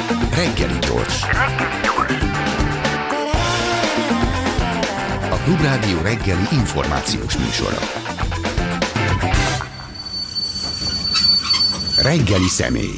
Reggeli gyors. A Klubrádió reggeli információs műsora. Reggeli személy.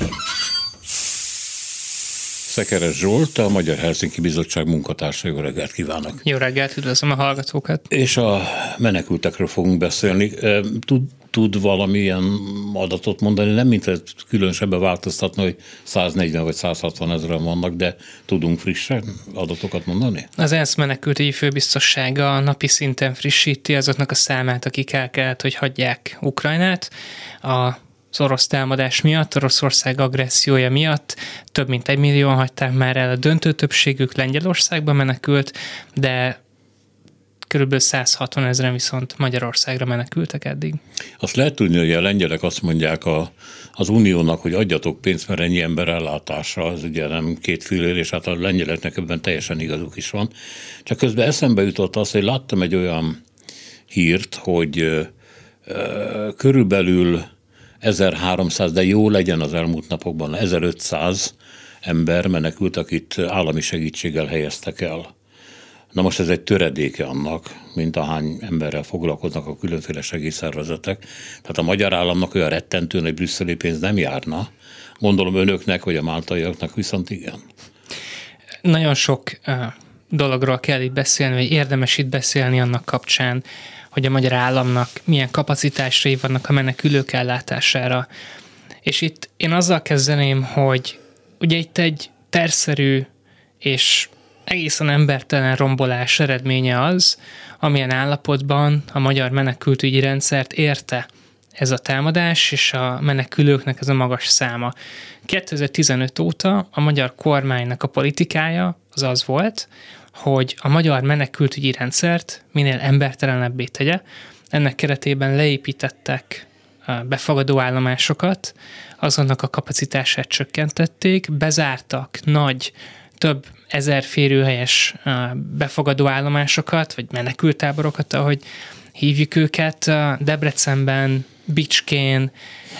Szekeres Zsolt, a Magyar Helsinki Bizottság munkatársa. Jó reggelt kívánok! Jó reggelt, üdvözlöm a hallgatókat! És a menekültekről fogunk beszélni. Tud valamilyen adatot mondani? Nem mint különösebben változtatni, hogy 140 vagy 160 ezeren vannak, de tudunk frissen adatokat mondani? Az ENSZ menekültügyi főbiztossága napi szinten frissíti azoknak a számát, akik el kellett, hogy hagyják Ukrajnát. Az orosz támadás miatt, Oroszország agressziója miatt több mint 1 millióan hagyták már el, a döntő többségük Lengyelországba menekült, de körülbelül 160 ezeren viszont Magyarországra menekültek eddig. Azt lehet tudni, hogy a lengyelek azt mondják az Uniónak, hogy adjatok pénzt, mert ennyi ember ellátása, az ugye nem 2 fillér, és hát a lengyeleknek ebben teljesen igazuk is van. Csak közben eszembe jutott az, hogy láttam egy olyan hírt, hogy körülbelül 1300, de jó legyen az elmúlt napokban, 1500 ember menekült, akit állami segítséggel helyeztek el. Na most ez egy töredéke annak, mint ahány emberrel foglalkoznak a különféle segélyszervezetek. Tehát a magyar államnak olyan rettentően egy brüsszeli pénz nem járna. Gondolom önöknek, vagy a máltaiaknak viszont igen. Nagyon sok dologról kell itt beszélni, vagy érdemes itt beszélni annak kapcsán, hogy a magyar államnak milyen kapacitásai vannak a menekülők ellátására. És itt én azzal kezdeném, hogy ugye itt egy tervszerű és egészen embertelen rombolás eredménye az, amilyen állapotban a magyar menekültügyi rendszert érte ez a támadás, és a menekülőknek ez a magas száma. 2015 óta a magyar kormánynak a politikája az volt, hogy a magyar menekültügyi rendszert minél embertelenebbé tegye. Ennek keretében leépítettek befogadó állomásokat, azonnak a kapacitását csökkentették, bezártak nagy, több ezer férőhelyes befogadó állomásokat, vagy menekültáborokat, ahogy hívjuk őket, Debrecenben, Bicskén,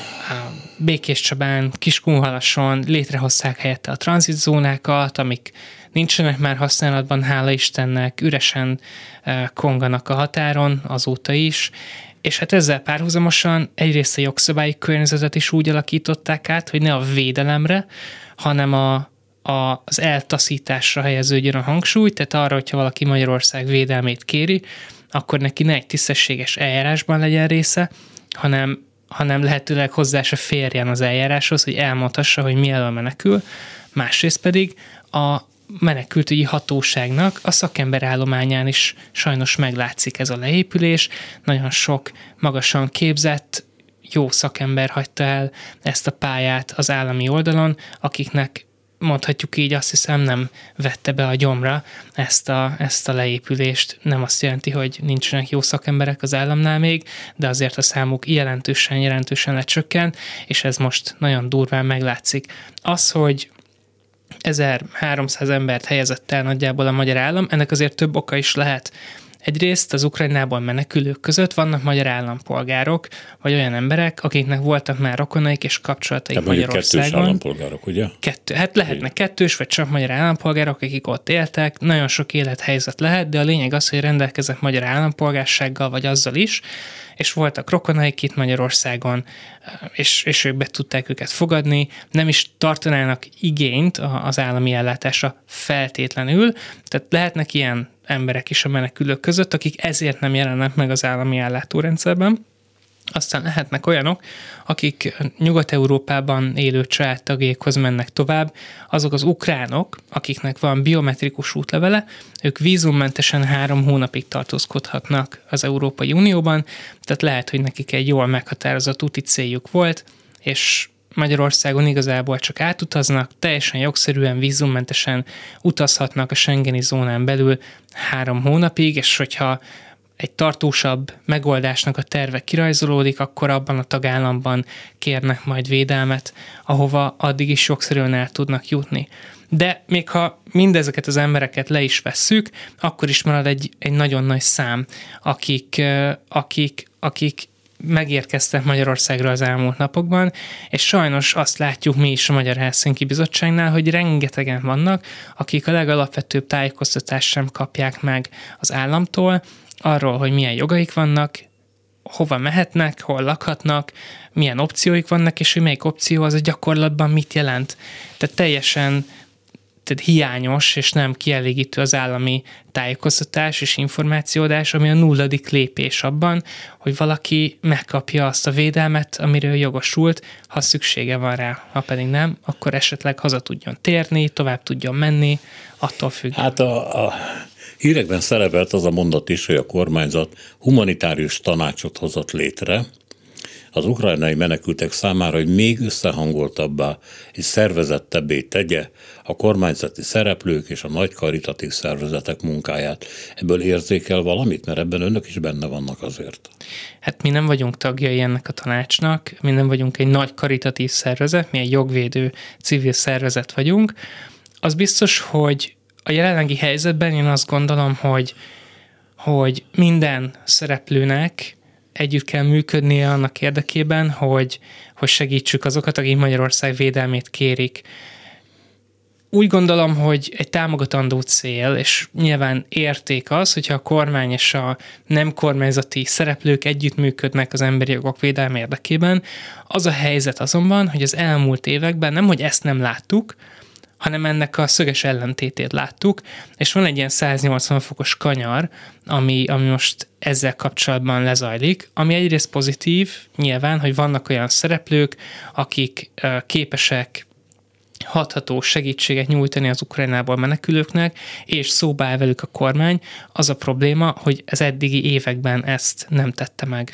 Békéscsabán, Kiskunhalason létrehozták helyette a tranzitzónákat, amik nincsenek már használatban, hála Istennek, üresen konganak a határon azóta is, és hát ezzel párhuzamosan egyrészt a jogszabályi környezetet is úgy alakították át, hogy ne a védelemre, hanem az eltaszításra helyeződjön a hangsúly, tehát arra, hogyha valaki Magyarország védelmét kéri, akkor neki ne egy tisztességes eljárásban legyen része, hanem lehetőleg hozzá se férjen az eljáráshoz, hogy elmondhassa, hogy mi elől menekül. Másrészt pedig a menekültügyi hatóságnak a szakemberállományán is sajnos meglátszik ez a leépülés. Nagyon sok magasan képzett, jó szakember hagyta el ezt a pályát az állami oldalon, akiknek mondhatjuk így, azt hiszem nem vette be a gyomra ezt a leépülést. Nem azt jelenti, hogy nincsenek jó szakemberek az államnál még, de azért a számuk jelentősen lecsökken, és ez most nagyon durván meglátszik. Az, hogy 1300 embert helyezett el nagyjából a magyar állam, ennek azért több oka is lehet. Egyrészt az Ukrajnából menekülők között vannak magyar állampolgárok, vagy olyan emberek, akiknek voltak már rokonaik és kapcsolataik Magyarországon. Kettős állampolgárok, ugye? Hát lehetnek kettős, vagy csak magyar állampolgárok, akik ott éltek. Nagyon sok élethelyzet lehet, de a lényeg az, hogy rendelkeznek magyar állampolgársággal, vagy azzal is, és voltak rokonaik itt Magyarországon, és ők be tudták őket fogadni, nem is tartanának igényt az állami ellátásra feltétlenül, tehát lehetnek ilyen emberek is a menekülők között, akik ezért nem jelennek meg az állami ellátórendszerben. Aztán lehetnek olyanok, akik Nyugat-Európában élő családtagjaikhoz mennek tovább, azok az ukránok, akiknek van biometrikus útlevele, ők vízummentesen 3 hónapig tartózkodhatnak az Európai Unióban, tehát lehet, hogy nekik egy jól meghatározott úti céljuk volt, és Magyarországon igazából csak átutaznak, teljesen jogszerűen, vízummentesen utazhatnak a schengeni zónán belül 3 hónapig, és hogyha egy tartósabb megoldásnak a terve kirajzolódik, akkor abban a tagállamban kérnek majd védelmet, ahova addig is jogszerűen el tudnak jutni. De még ha mindezeket az embereket le is vesszük, akkor is marad egy nagyon nagy szám, akik megérkeztek Magyarországra az elmúlt napokban, és sajnos azt látjuk mi is a Magyar Helsinki Bizottságnál, hogy rengetegen vannak, akik a legalapvetőbb tájékoztatást sem kapják meg az államtól, arról, hogy milyen jogaik vannak, hova mehetnek, hol lakhatnak, milyen opcióik vannak, és hogy melyik opció az a gyakorlatban mit jelent. Tehát teljesen hiányos és nem kielégítő az állami tájékoztatás és információadás, ami a 0. lépés abban, hogy valaki megkapja azt a védelmet, amiről jogosult, ha szüksége van rá. Ha pedig nem, akkor esetleg haza tudjon térni, tovább tudjon menni, attól függ. Hát a hírekben szerepelt az a mondat is, hogy a kormányzat humanitárius tanácsot hozott létre az ukrajnai menekültek számára, hogy még összehangoltabbá és szervezettebbé tegye a kormányzati szereplők és a nagy karitatív szervezetek munkáját. Ebből érzékel valamit, mert ebben önök is benne vannak azért. Hát mi nem vagyunk tagjai ennek a tanácsnak, mi nem vagyunk egy nagy karitatív szervezet, mi egy jogvédő civil szervezet vagyunk. Az biztos, hogy a jelenlegi helyzetben én azt gondolom, hogy minden szereplőnek együtt kell működnie annak érdekében, hogy segítsük azokat, akik Magyarország védelmét kérik. Úgy gondolom, hogy egy támogatandó cél, és nyilván érték az, hogyha a kormány és a nem kormányzati szereplők együttműködnek az emberi jogok védelme érdekében. Az a helyzet azonban, hogy az elmúlt években nemhogy ezt nem láttuk, hanem ennek a szöges ellentétét láttuk, és van egy ilyen 180 fokos kanyar, ami most ezzel kapcsolatban lezajlik, ami egyrészt pozitív, nyilván, hogy vannak olyan szereplők, akik képesek hatható segítséget nyújtani az Ukrajnából menekülőknek, és szóba áll velük a kormány. Az a probléma, hogy az eddigi években ezt nem tette meg.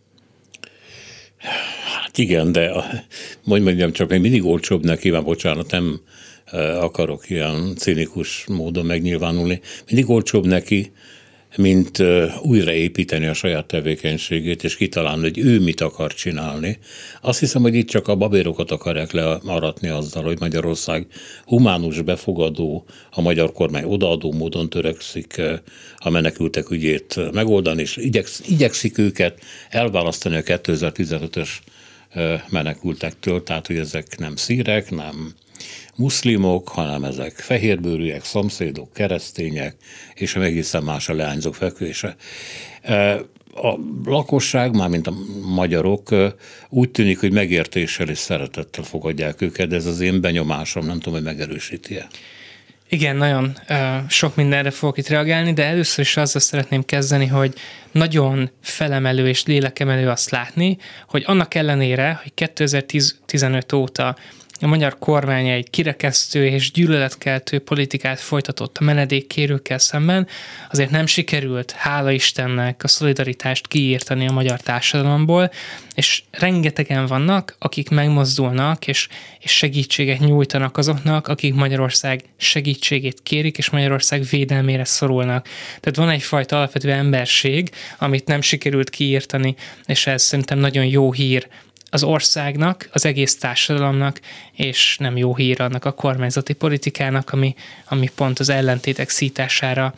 Hát igen, de mondjam, csak még mindig olcsóbb neki, már bocsánat, nem akarok ilyen cinikus módon megnyilvánulni, mindig olcsóbb neki, mint újraépíteni a saját tevékenységét, és kitalálni, hogy ő mit akar csinálni. Azt hiszem, hogy itt csak a babérokat akarják learatni azzal, hogy Magyarország humánus, befogadó, a magyar kormány odaadó módon törekszik a menekültek ügyét megoldani, és igyekszik őket elválasztani a 2015-ös menekültektől, tehát hogy ezek nem szírek, nem muszlimok, hanem ezek fehérbőrűek, szomszédok, keresztények, és egészen más a leányzók fekvése. A lakosság, mármint a magyarok úgy tűnik, hogy megértéssel és szeretettel fogadják őket, de ez az én benyomásom, nem tudom, hogy megerősíti-e. Igen, nagyon sok mindenre fogok itt reagálni, de először is azzal szeretném kezdeni, hogy nagyon felemelő és lélekemelő azt látni, hogy annak ellenére, hogy 2015 óta a magyar kormány egy kirekesztő és gyűlöletkeltő politikát folytatott a menedékkérőkkel szemben, azért nem sikerült, hála Istennek, a szolidaritást kiírtani a magyar társadalomból, és rengetegen vannak, akik megmozdulnak, és segítséget nyújtanak azoknak, akik Magyarország segítségét kérik, és Magyarország védelmére szorulnak. Tehát van egyfajta alapvető emberség, amit nem sikerült kiírtani, és ez szerintem nagyon jó hír az országnak, az egész társadalomnak, és nem jó hír annak a kormányzati politikának, ami pont az ellentétek szítására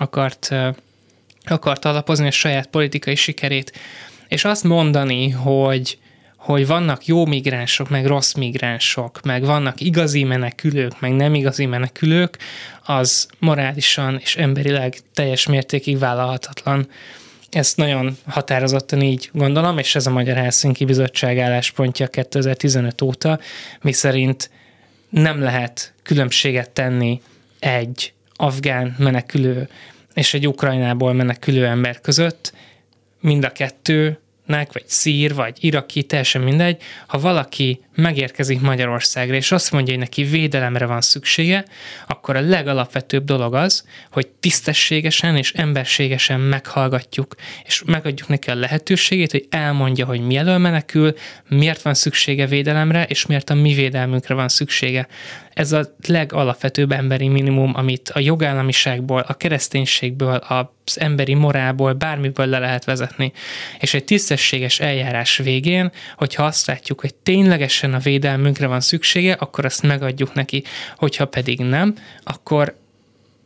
akart alapozni a saját politikai sikerét. És azt mondani, hogy vannak jó migránsok, meg rossz migránsok, meg vannak igazi menekülők, meg nem igazi menekülők, az morálisan és emberileg teljes mértékig vállalhatatlan. Ezt nagyon határozottan így gondolom, és ez a Magyar Helsinki Bizottság álláspontja 2015 óta, miszerint nem lehet különbséget tenni egy afgán menekülő és egy Ukrajnából menekülő ember között, mind a kettőnek, vagy szír, vagy iraki, teljesen mindegy, ha valaki megérkezik Magyarországra, és azt mondja, hogy neki védelemre van szüksége, akkor a legalapvetőbb dolog az, hogy tisztességesen és emberségesen meghallgatjuk, és megadjuk neki a lehetőségét, hogy elmondja, hogy mi elől menekül, miért van szüksége védelemre, és miért a mi védelmünkre van szüksége. Ez a legalapvetőbb emberi minimum, amit a jogállamiságból, a kereszténységből, az emberi morálból, bármiből le lehet vezetni. És egy tisztességes eljárás végén, hogyha azt látjuk, hogy ténylegesen a védelmünkre van szüksége, akkor azt megadjuk neki. Hogyha pedig nem, akkor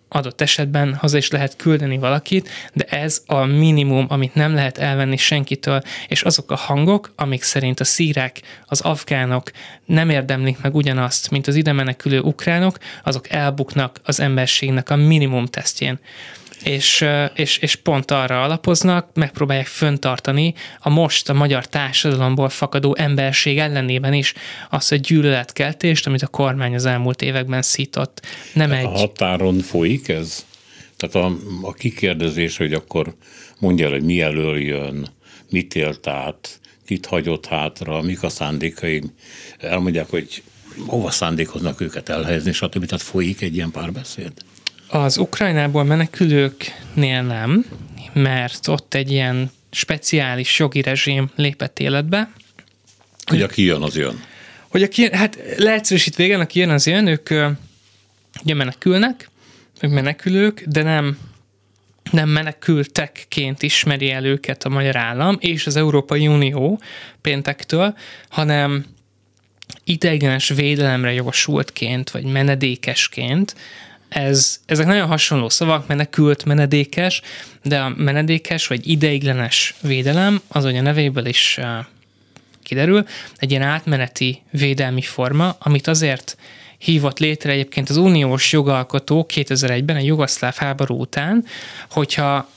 adott esetben haza is lehet küldeni valakit, de ez a minimum, amit nem lehet elvenni senkitől, és azok a hangok, amik szerint a szírák, az afgánok nem érdemlik meg ugyanazt, mint az ide menekülő ukránok, azok elbuknak az emberségnek a minimum tesztjén. És pont arra alapoznak, megpróbálják föntartani a magyar társadalomból fakadó emberség ellenében is azt a gyűlöletkeltést, amit a kormány az elmúlt években szított. A határon folyik ez? Tehát a kikérdezés, hogy akkor mondja el, hogy mi elől jön, mit élt át, kit hagyott hátra, mik a szándékai, elmondják, hogy hova szándékoznak őket elhelyezni, stb. Tehát folyik egy ilyen párbeszéd? Az Ukrajnából menekülőknél nem, mert ott egy ilyen speciális jogi rezsim lépett életbe. Hogy aki jön, az jön. Hát leegyszerűsítve igen, aki jön, az jön, ők ugye menekülnek, ők menekülők, de nem menekültekként ismeri el őket a magyar állam és az Európai Unió péntektől, hanem ideiglenes védelemre jogosultként, vagy menedékesként. Ezek nagyon hasonló szavak, menekült, menedékes, de a menedékes vagy ideiglenes védelem, az, hogy a nevéből is kiderül, egy ilyen átmeneti védelmi forma, amit azért hívott létre egyébként az uniós jogalkotó 2001-ben, a jugoszláv háború után, hogyha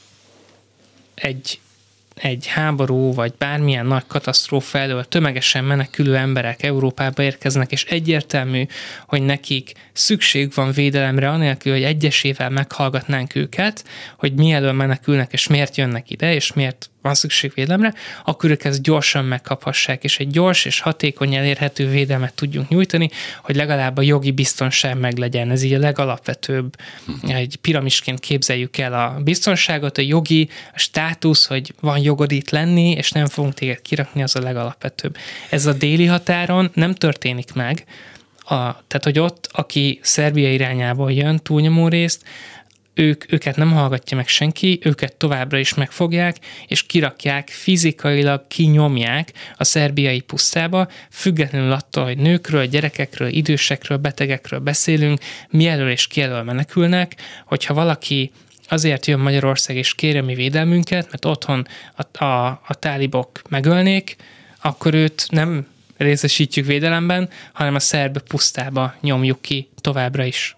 egy háború, vagy bármilyen nagy katasztrófa elől tömegesen menekülő emberek Európába érkeznek, és egyértelmű, hogy nekik szükség van védelemre, anélkül, hogy egyesével meghallgatnánk őket, hogy mi elől menekülnek, és miért jönnek ide, és miért van szükség védelemre, akkor ők ezt gyorsan megkaphassák, és egy gyors és hatékony elérhető védelmet tudjunk nyújtani, hogy legalább a jogi biztonság meglegyen. Ez így a legalapvetőbb. Egy piramisként képzeljük el a biztonságot, a jogi, a státusz, hogy van jogod itt lenni, és nem fogunk téged kirakni, az a legalapvetőbb. Ez a déli határon nem történik meg. Tehát, hogy ott, aki Szerbia irányából jön túlnyomó részt, őket nem hallgatja meg senki, őket továbbra is megfogják, és kirakják, fizikailag kinyomják a szerbiai pusztába, függetlenül attól, hogy nőkről, gyerekekről, idősekről, betegekről beszélünk, mi elől és ki elől menekülnek, hogyha valaki azért jön Magyarország és kéri a mi védelmünket, mert otthon a tálibok megölnék, akkor őt nem részesítjük védelemben, hanem a szerb pusztába nyomjuk ki továbbra is.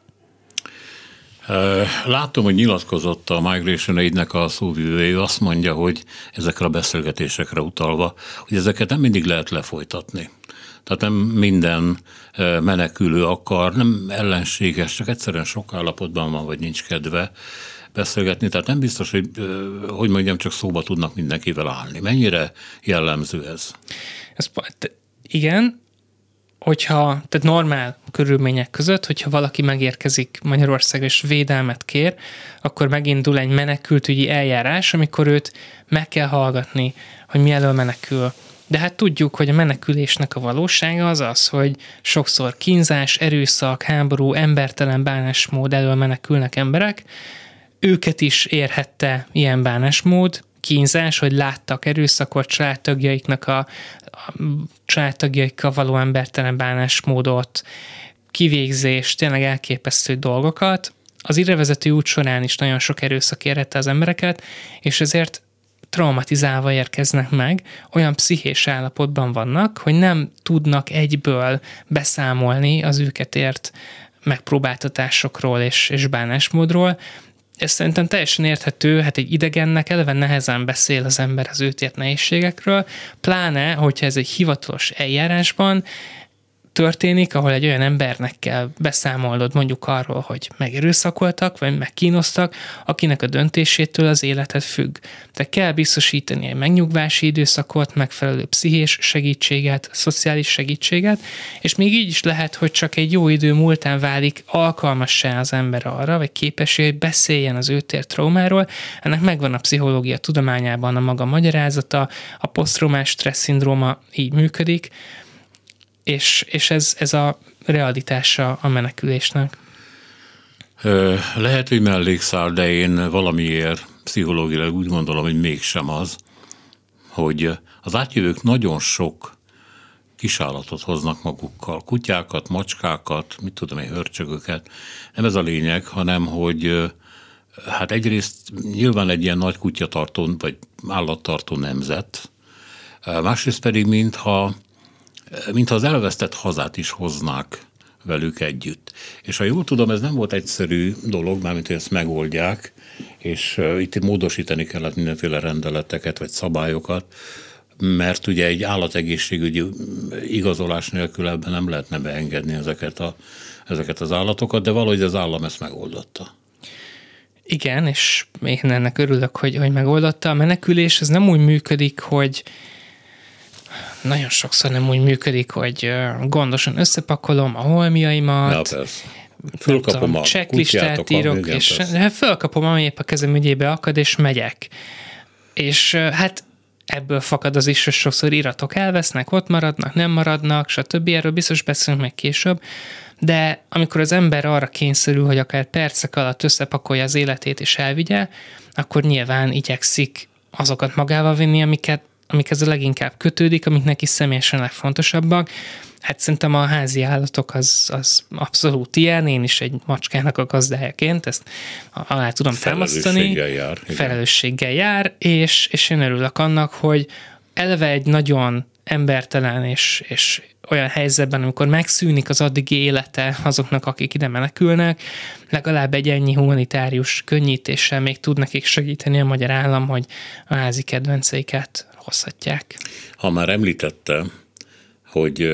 Látom, hogy nyilatkozott a Migration Aid-nek a szóvivője, azt mondja, hogy ezekre a beszélgetésekre utalva, hogy ezeket nem mindig lehet lefolytatni. Tehát nem minden menekülő akar, nem ellenséges, csak egyszerűen sok állapotban van, vagy nincs kedve beszélgetni. Tehát nem biztos, hogy mondjam, csak szóba tudnak mindenkivel állni. Mennyire jellemző ez? Igen, tehát normál körülmények között, hogyha valaki megérkezik Magyarországra és védelmet kér, akkor megindul egy menekültügyi eljárás, amikor őt meg kell hallgatni, hogy mi elől menekül. De hát tudjuk, hogy a menekülésnek a valósága az, hogy sokszor kínzás, erőszak, háború, embertelen bánásmód elől menekülnek emberek. Őket is érhette ilyen bánásmód, kínzás, hogy láttak erőszakot, családtagjaikkal való embertelen bánásmódot, kivégzést, tényleg elképesztő dolgokat. Az idevezető út során is nagyon sok erőszak érhette az embereket, és ezért traumatizálva érkeznek meg, olyan pszichés állapotban vannak, hogy nem tudnak egyből beszámolni az őket ért megpróbáltatásokról és bánásmódról. Ez szerintem teljesen érthető, hát egy idegennek eleve nehezen beszél az ember az őt ért nehézségekről, pláne, hogyha ez egy hivatalos eljárásban történik, ahol egy olyan embernek kell beszámolnod mondjuk arról, hogy megerőszakoltak, vagy megkínoztak, akinek a döntésétől az életed függ. De kell biztosítani egy megnyugvási időszakot, megfelelő pszichés segítséget, szociális segítséget, és még így is lehet, hogy csak egy jó idő múltán válik alkalmassá az ember arra, vagy képessé, hogy beszéljen az őt ért traumáról. Ennek megvan a pszichológia tudományában a maga magyarázata, a posztraumás stressz szindróma így működik, és ez a realitása a menekülésnek. Lehet, hogy mellékszál, de én valamiért pszichológiailag úgy gondolom, hogy mégsem az, hogy az átjövők nagyon sok kisállatot hoznak magukkal, kutyákat, macskákat, mit tudom én, hörcsögöket. Nem ez a lényeg, hanem hogy hát egyrészt nyilván egy ilyen nagy kutyatartó vagy állattartó nemzet, másrészt pedig mintha az elvesztett hazát is hoznák velük együtt. És ha jól tudom, ez nem volt egyszerű dolog, mármint hogy ezt megoldják, és itt módosítani kellett mindenféle rendeleteket vagy szabályokat, mert ugye egy állategészségügyi igazolás nélkül ebben nem lehetne beengedni ezeket az állatokat, de valahogy az állam ezt megoldotta. Igen, és én ennek örülök, hogy megoldotta. A menekülés ez nem úgy működik, hogy nagyon sokszor nem úgy működik, hogy gondosan összepakolom a holmiaimat, ja, persze. Fölkapom a checklistát írok, és fölkapom, ami épp a kezem ügyébe akad, és megyek. És hát ebből fakad az is, hogy sokszor iratok elvesznek, ott maradnak, nem maradnak, stb. Erről biztos beszélünk meg később, de amikor az ember arra kényszerül, hogy akár percek alatt összepakolja az életét és elvigye, akkor nyilván igyekszik azokat magával vinni, amikhez a leginkább kötődik, amik neki személyesen legfontosabbak. Hát szerintem a házi állatok az abszolút ilyen, én is egy macskának a gazdájaként, ezt alá tudom támasztani. Felelősséggel jár, és én örülök annak, hogy eleve egy nagyon embertelen és olyan helyzetben, amikor megszűnik az addigi élete azoknak, akik ide menekülnek, legalább egy ennyi humanitárius könnyítéssel még tud nekik segíteni a magyar állam, hogy a házi kedvenceiket hozhatják. Ha már említette, hogy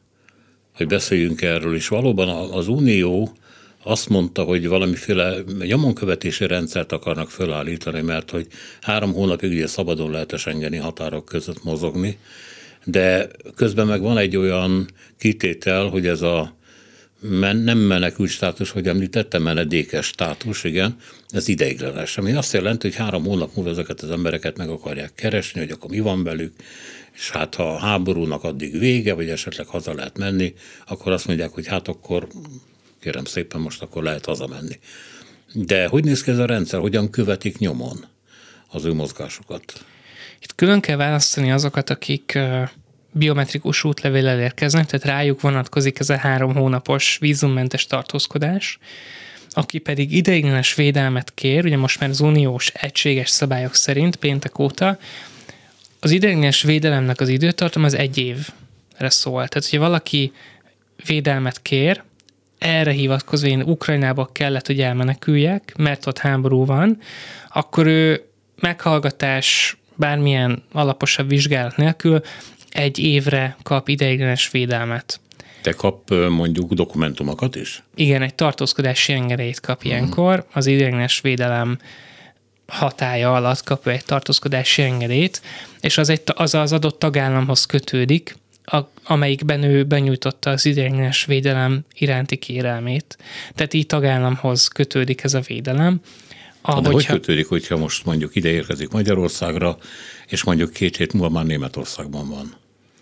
beszéljünk erről, és valóban az Unió azt mondta, hogy valamiféle nyomonkövetési rendszert akarnak felállítani, mert hogy 3 hónapig ugye szabadon lehet a schengeni határok között mozogni, de közben meg van egy olyan kitétel, hogy ez a nem menekült státus, hogy említettem, menedékes státus, igen, ez ideiglenes. Ami azt jelenti, hogy 3 hónap múlva ezeket az embereket meg akarják keresni, hogy akkor mi van velük, és hát ha a háborúnak addig vége, vagy esetleg haza lehet menni, akkor azt mondják, hogy hát akkor kérem szépen, most akkor lehet hazamenni. De hogy néz ki ez a rendszer? Hogyan követik nyomon az ő mozgásukat? Itt külön kell választani azokat, akik biometrikus útlevéllel érkeznek, tehát rájuk vonatkozik ez a 3 hónapos vízummentes tartózkodás, aki pedig ideiglenes védelmet kér, ugye most már az uniós egységes szabályok szerint péntek óta, az ideiglenes védelemnek az időtartam az 1 évre szól. Tehát, hogyha valaki védelmet kér, erre hivatkozva én Ukrajnába kellett, hogy elmeneküljek, mert ott háború van, akkor ő meghallgatás, bármilyen alaposabb vizsgálat nélkül 1 évre kap ideiglenes védelmet. De kap mondjuk dokumentumokat is? Igen, egy tartózkodási engedélyt kap ilyenkor, az ideiglenes védelem hatálya alatt kap egy tartózkodási engedélyt, és az adott tagállamhoz kötődik, amelyikben ő benyújtotta az ideiglenes védelem iránti kérelmét. Tehát így tagállamhoz kötődik ez a védelem. De hogy kötődik, hogyha most mondjuk ide érkezik Magyarországra, és mondjuk 2 hét múlva már Németországban van?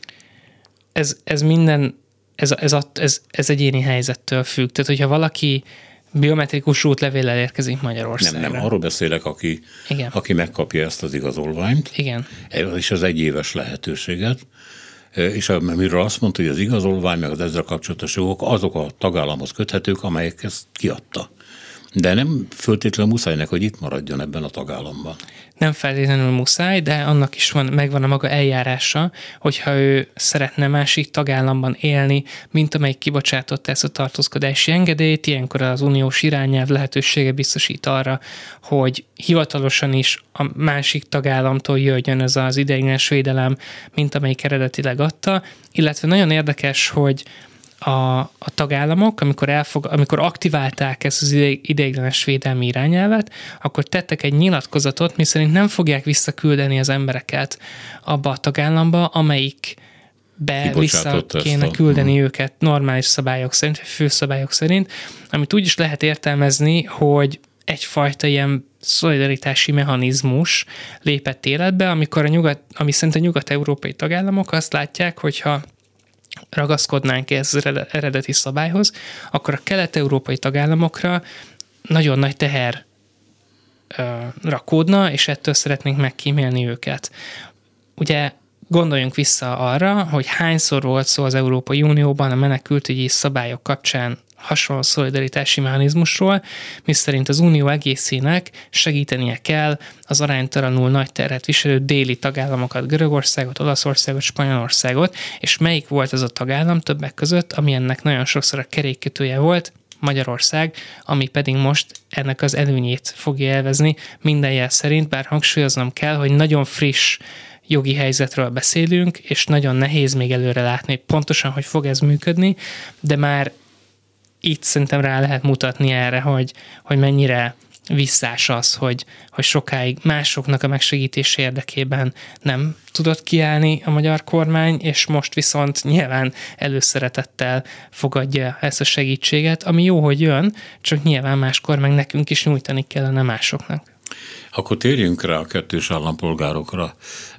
Ez egyéni helyzettől függ. Tehát, hogyha valaki biometrikus útlevéllel érkezik Magyarországra. Nem, arról beszélek, aki megkapja ezt az igazolványt. Igen. És az 1 éves lehetőséget. És amiről azt mondta, hogy az igazolvány, meg az ezzel kapcsolatos jogok, azok a tagállamhoz köthetők, amelyek ezt kiadta. De nem föltétlenül muszáj neki, hogy itt maradjon ebben a tagállamban. Nem feltétlenül muszáj, de annak is megvan a maga eljárása, hogyha ő szeretne másik tagállamban élni, mint amelyik kibocsátotta ezt a tartózkodási engedélyt, ilyenkor az uniós irányelv lehetősége biztosít arra, hogy hivatalosan is a másik tagállamtól jöjjön ez az ideiglenes védelem, mint amelyik eredetileg adta, illetve nagyon érdekes, hogy a tagállamok, amikor aktiválták ezt az ideiglenes védelmi irányelvet, akkor tettek egy nyilatkozatot, miszerint nem fogják visszaküldeni az embereket abba a tagállamba, amelyikbe vissza kéne küldeni őket normális szabályok szerint, vagy főszabályok szerint, amit úgy is lehet értelmezni, hogy egyfajta ilyen szolidaritási mechanizmus lépett életbe, ami szerint a nyugat-európai tagállamok azt látják, hogyha ragaszkodnánk ez az eredeti szabályhoz, akkor a kelet-európai tagállamokra nagyon nagy teher rakódna, és ettől szeretnénk megkímélni őket. Ugye gondoljunk vissza arra, hogy hányszor volt szó az Európai Unióban a menekültügyi szabályok kapcsán hasonló szolidaritási mechanizmusról, miszerint az Unió egészének segítenie kell az aránytalanul nagy terhet viselő déli tagállamokat, Görögországot, Olaszországot, Spanyolországot, és melyik volt az a tagállam többek között, ami ennek nagyon sokszor a kerékkötője volt? Magyarország, ami pedig most ennek az előnyét fogja élvezni minden jel szerint, bár hangsúlyoznom kell, hogy nagyon friss jogi helyzetről beszélünk, és nagyon nehéz még előre látni pontosan, hogy fog ez működni, de már itt szerintem rá lehet mutatni erre, hogy mennyire visszás az, hogy sokáig másoknak a megsegítése érdekében nem tudott kiállni a magyar kormány, és most viszont nyilván előszeretettel fogadja ezt a segítséget, ami jó, hogy jön, csak nyilván máskor meg nekünk is nyújtani kellene másoknak. Akkor térjünk rá a kettős állampolgárokra.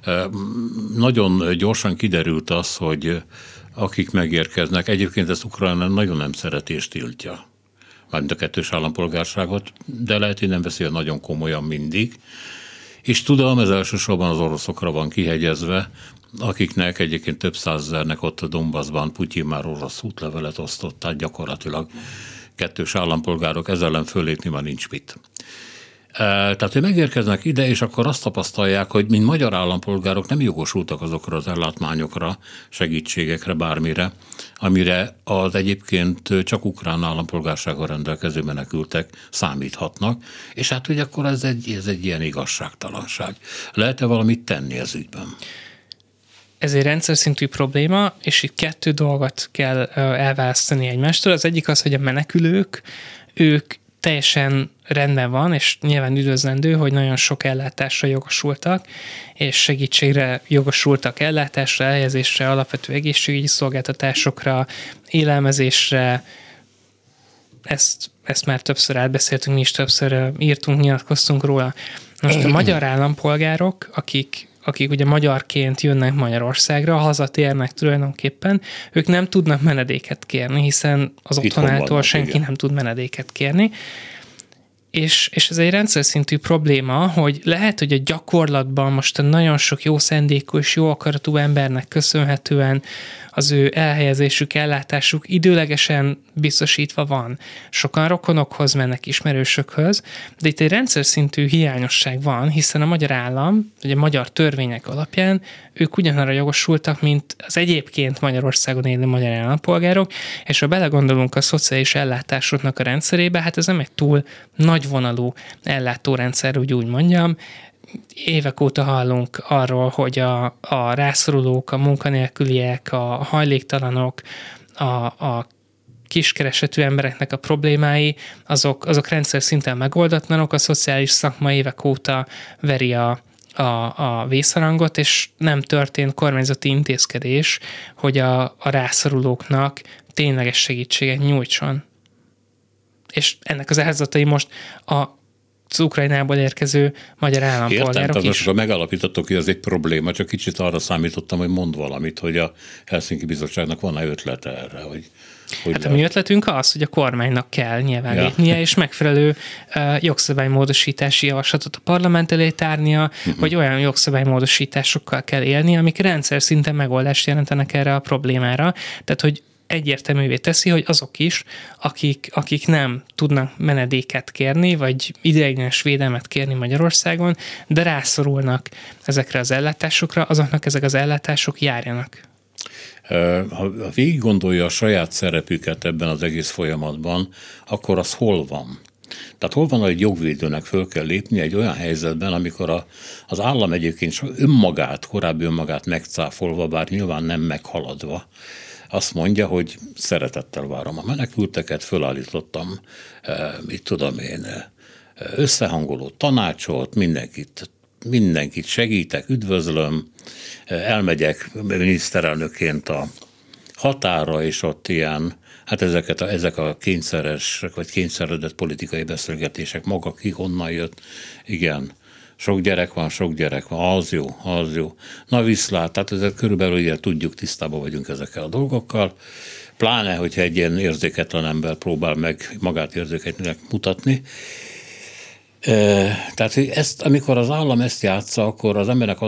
Nagyon gyorsan kiderült az, hogy akik megérkeznek, egyébként ezt Ukrajna nagyon nem szereti és tiltja, mármint a kettős állampolgárságot, de lehet, hogy nem veszi nagyon komolyan mindig. És tudom, ez elsősorban az oroszokra van kihegyezve, akiknek egyébként több százezernek ott a Donbassban Putyin már orosz útlevelet osztott, tehát gyakorlatilag kettős állampolgárok, ezzel ellen fölépni már nincs mit. Tehát, hogy megérkeznek ide, és akkor azt tapasztalják, hogy mint magyar állampolgárok nem jogosultak azokra az ellátmányokra, segítségekre, bármire, amire az egyébként csak ukrán állampolgársággal rendelkező menekültek számíthatnak, és hát, hogy akkor ez egy ilyen igazságtalanság. Lehet-e valamit tenni ez ügyben? Ez egy rendszer szintű probléma, és itt kettő dolgot kell elválasztani egymástól. Az egyik az, hogy a menekülők, ők teljesen rendben van, és nyilván üdvözlendő, hogy nagyon sok ellátásra jogosultak, és segítségre jogosultak, ellátásra, elhelyezésre, alapvető egészségügyi szolgáltatásokra, élelmezésre. Ezt már többször átbeszéltünk, mi is többször írtunk, nyilatkoztunk róla. Most a magyar állampolgárok, akik ugye magyarként jönnek Magyarországra, hazatérnek tulajdonképpen, ők nem tudnak menedéket kérni, hiszen az otthonától senki nem tud menedéket kérni. És ez egy rendszer szintű probléma, hogy lehet, hogy a gyakorlatban most a nagyon sok jó szándékú és jó akaratú embernek köszönhetően az ő elhelyezésük, ellátásuk időlegesen biztosítva van. Sokan rokonokhoz mennek, ismerősökhöz, de itt egy rendszer szintű hiányosság van, hiszen a magyar állam, ugye a magyar törvények alapján ők ugyanarra jogosultak, mint az egyébként Magyarországon élő magyar állampolgárok, és ha belegondolunk a szociális ellátásoknak a rendszerébe, hát ez nem egy túl nagyvonalú ellátórendszer, úgy mondjam. Évek óta hallunk arról, hogy a rászorulók, a munkanélküliek, a hajléktalanok, a kiskeresetű embereknek a problémái, azok rendszer szinten megoldatlanok, a szociális szakma évek óta veri a vészharangot, és nem történt kormányzati intézkedés, hogy a rászorulóknak tényleges segítséget nyújtson. És ennek az áldozatai most az Ukrajnából érkező magyar állampolgárok is. Most megállapítottok, hogy ez egy probléma, csak kicsit arra számítottam, hogy mond valamit, hogy a Helsinki Bizottságnak van-e ötlete erre, hogy hát a mi ötletünk az, hogy a kormánynak kell nyilván lépnie, és megfelelő jogszabálymódosítási javaslatot a parlament elé tárnia, vagy olyan jogszabálymódosításokkal kell élni, amik rendszer szinten megoldást jelentenek erre a problémára. Tehát, hogy egyértelművé teszi, hogy azok is, akik nem tudnak menedéket kérni, vagy ideiglenes védelmet kérni Magyarországon, de rászorulnak ezekre az ellátásokra, azoknak ezek az ellátások járjanak. Ha végig gondolja a saját szerepüket ebben az egész folyamatban, akkor az hol van? Tehát hol van, hogy jogvédőnek föl kell lépni egy olyan helyzetben, amikor az állam egyébként korábbi önmagát megcáfolva, bár nyilván nem meghaladva, azt mondja, hogy szeretettel várom a menekülteket, fölállítottam, összehangoló tanácsot, mindenkit segítek, üdvözlöm, elmegyek miniszterelnökként a határa, és ott ilyen, hát ezek a kényszeres, vagy kényszeredett politikai beszélgetések, maga ki honnan jött, igen, sok gyerek van, az jó. Na viszlát, tehát ezek körülbelül ugye tudjuk, tisztában vagyunk ezekkel a dolgokkal, pláne, hogyha egy ilyen érzéketlen ember próbál meg magát érzéketlenek mutatni. Tehát, hogy amikor az állam ezt játsza, akkor az embernek az a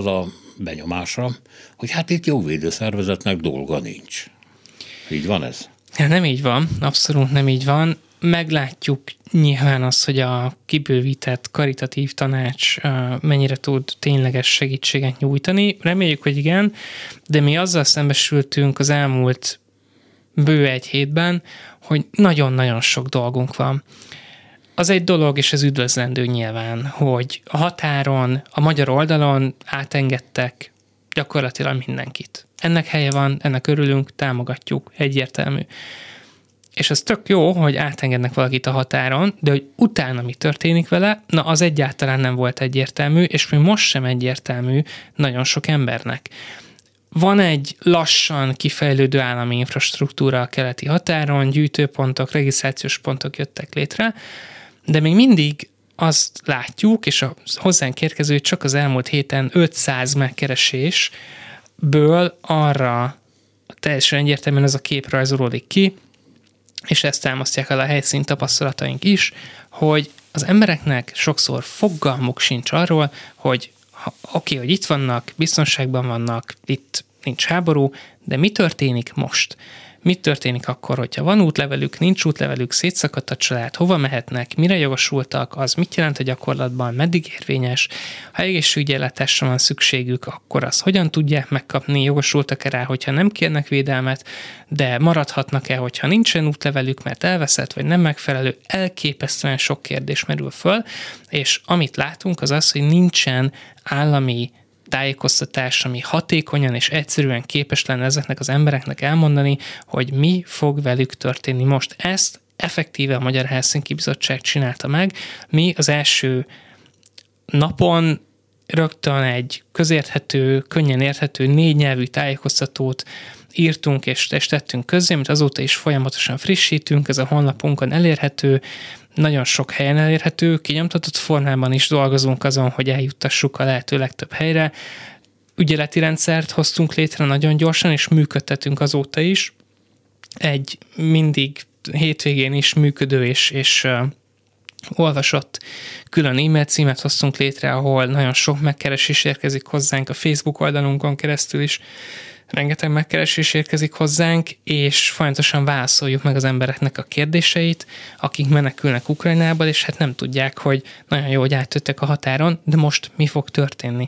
benyomása, hogy hát itt jogvédő szervezetnek dolga nincs. Így van ez? Ja, nem így van, abszolút nem így van. Meglátjuk nyilván azt, hogy a kibővített karitatív tanács mennyire tud tényleges segítséget nyújtani. Reméljük, hogy igen, de mi azzal szembesültünk az elmúlt bő egy hétben, hogy nagyon-nagyon sok dolgunk van. Az egy dolog, és ez üdvözlendő nyilván, hogy a határon, a magyar oldalon átengedtek gyakorlatilag mindenkit. Ennek helye van, ennek örülünk, támogatjuk, egyértelmű. És az tök jó, hogy átengednek valakit a határon, de hogy utána mi történik vele, na az egyáltalán nem volt egyértelmű, és még most sem egyértelmű nagyon sok embernek. Van egy lassan kifejlődő állami infrastruktúra a keleti határon, gyűjtőpontok, regisztrációs pontok jöttek létre, de még mindig azt látjuk, és a hozzánk érkező csak az elmúlt héten 500 megkeresésből arra teljesen egyértelműen ez a kép rajzolódik ki, és ezt támasztják el a helyszín tapasztalataink is, hogy az embereknek sokszor fogalmuk sincs arról, hogy oké, hogy itt vannak, biztonságban vannak, itt nincs háború, de mi történik most? Mi történik akkor, hogyha van útlevelük, nincs útlevelük, szétszakadt a család, hova mehetnek, mire jogosultak, az mit jelent a gyakorlatban, meddig érvényes, ha egészségügyi ellátásra van szükségük, akkor azt hogyan tudják megkapni, jogosultak-e rá, hogyha nem kérnek védelmet, de maradhatnak-e, hogyha nincsen útlevelük, mert elveszett, vagy nem megfelelő, elképesztően sok kérdés merül föl, és amit látunk az az, hogy nincsen állami tájékoztatás, ami hatékonyan és egyszerűen képes lenne ezeknek az embereknek elmondani, hogy mi fog velük történni most. Ezt effektíve a Magyar Helsinki Bizottság csinálta meg. Mi az első napon rögtön egy közérthető, könnyen érthető 4 nyelvű tájékoztatót írtunk és tettünk közzé, amit azóta is folyamatosan frissítünk, ez a honlapunkon elérhető, nagyon sok helyen elérhető, kinyomtatott formában is dolgozunk azon, hogy eljuttassuk a lehető legtöbb helyre. Ügyeleti rendszert hoztunk létre nagyon gyorsan, és működtetünk azóta is. Egy mindig hétvégén is működő és olvasott külön e-mail címet hoztunk létre, ahol nagyon sok megkeresés érkezik hozzánk, a Facebook oldalunkon keresztül is rengeteg megkeresés érkezik hozzánk, és folyamatosan válaszoljuk meg az embereknek a kérdéseit, akik menekülnek Ukrajnából, és hát nem tudják, hogy nagyon jó, hogy átjöttek a határon, de most mi fog történni?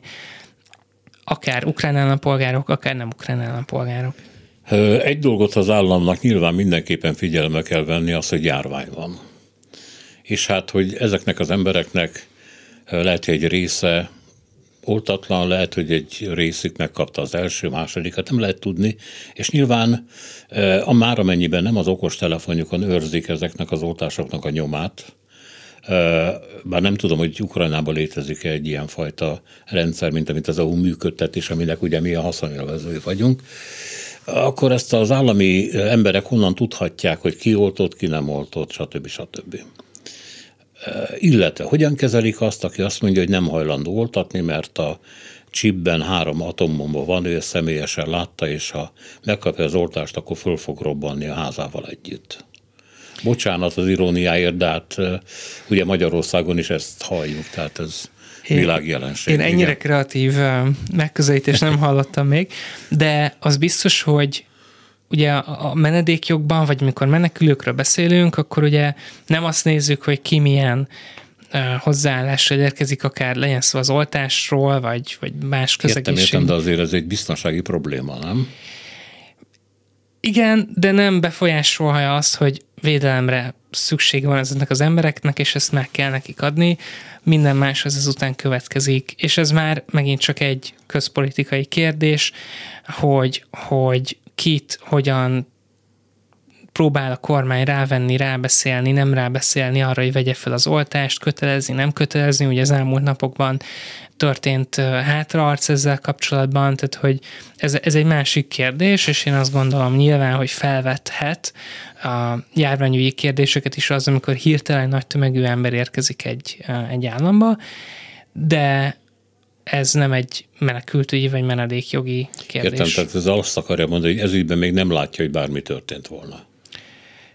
Akár ukrán állampolgárok, akár nem ukrán állampolgárok. Egy dolgot az államnak nyilván mindenképpen figyelme kell venni, az, hogy járvány van. És hát, hogy ezeknek az embereknek lehet, hogy egy része oltatlan, lehet, hogy egy részük megkapta az első, másodikat, nem lehet tudni, és nyilván már amennyiben nem az okostelefonjukon őrzik ezeknek az oltásoknak a nyomát, bár nem tudom, hogy Ukrajnában létezik egy ilyen fajta rendszer, mint amit az EU működtet, és aminek ugye mi a haszonélvezői vagyunk, akkor ezt az állami emberek honnan tudhatják, hogy ki oltott, ki nem oltott, stb. Illetve hogyan kezelik azt, aki azt mondja, hogy nem hajlandó oltatni, mert a chipben 3 atombomba van, ő személyesen látta, és ha megkapja az oltást, akkor föl fog robbanni a házával együtt. Bocsánat az iróniáért, de hát ugye Magyarországon is ezt halljuk, tehát ez világjelenség. Én ennyire kreatív megközelítést nem hallottam még, de az biztos, hogy ugye a menedékjogban, vagy mikor menekülőkről beszélünk, akkor ugye nem azt nézzük, hogy ki milyen hozzáállással érkezik, akár legyen szó az oltásról, vagy más közegészség. Értem, de azért ez egy biztonsági probléma, nem? Igen, de nem befolyásolja azt, hogy védelemre szüksége van ezeknek az embereknek, és ezt meg kell nekik adni. Minden más az ezután következik. És ez már megint csak egy közpolitikai kérdés, hogy kit, hogyan próbál a kormány rávenni, rábeszélni, nem rábeszélni arra, hogy vegye fel az oltást, kötelezni, nem kötelezni. Ugye az elmúlt napokban történt hátraarc ezzel kapcsolatban, tehát hogy ez egy másik kérdés, és én azt gondolom nyilván, hogy felvethet a járványügyi kérdéseket is az, amikor hirtelen nagy tömegű ember érkezik egy államba, de ez nem egy menekültügyi vagy menedékjogi kérdés. Értem, tehát ez azt akarja mondani, hogy ez ügyben még nem látja, hogy bármi történt volna.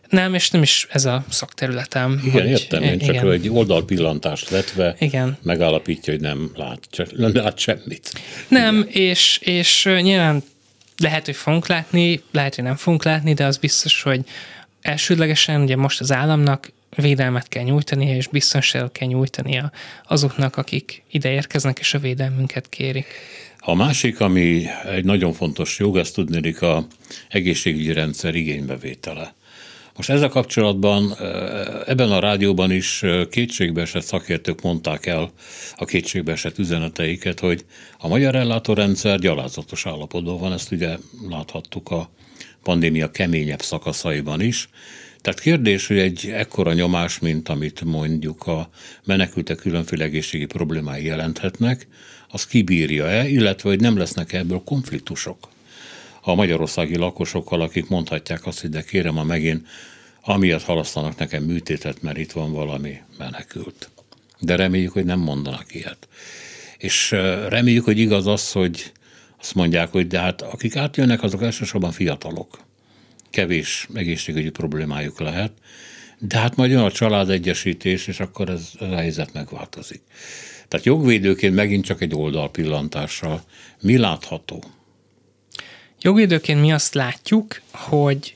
Nem, és nem is ez a szakterületem. Igen, értem, én csak igen. egy oldalpillantást vetve megállapítja, hogy nem lát semmit. Nem, és nyilván lehet, hogy fogunk látni, lehet, hogy nem fogunk látni, de az biztos, hogy elsődlegesen ugye most az államnak védelmet kell nyújtania, és biztonságot kell nyújtania azoknak, akik ide érkeznek, és a védelmünket kérik. A másik, ami egy nagyon fontos jog, ezt tudnék a egészségügyi rendszer igénybevétele. Most ezzel kapcsolatban ebben a rádióban is kétségbeesett szakértők mondták el a kétségbeesett üzeneteiket, hogy a magyar ellátórendszer gyalázatos állapotban van, ezt ugye láthattuk a pandémia keményebb szakaszaiban is. Tehát kérdés, hogy egy ekkora nyomás, mint amit mondjuk a menekültek különféle egészségi problémái jelenthetnek, az kibírja-e, illetve hogy nem lesznek ebből konfliktusok a magyarországi lakosokkal, akik mondhatják azt, hogy de kérem, ha megint amiatt halasztanak nekem műtétet, mert itt van valami menekült. De reméljük, hogy nem mondanak ilyet. És reméljük, hogy igaz az, hogy azt mondják, hogy de hát akik átjönnek, azok elsősorban fiatalok. Kevés egészségügyi problémájuk lehet, de hát majd jön a családegyesítés, és akkor ez a helyzet megváltozik. Tehát jogvédőként megint csak egy oldalpillantással. Mi látható? Jogvédőként mi azt látjuk, hogy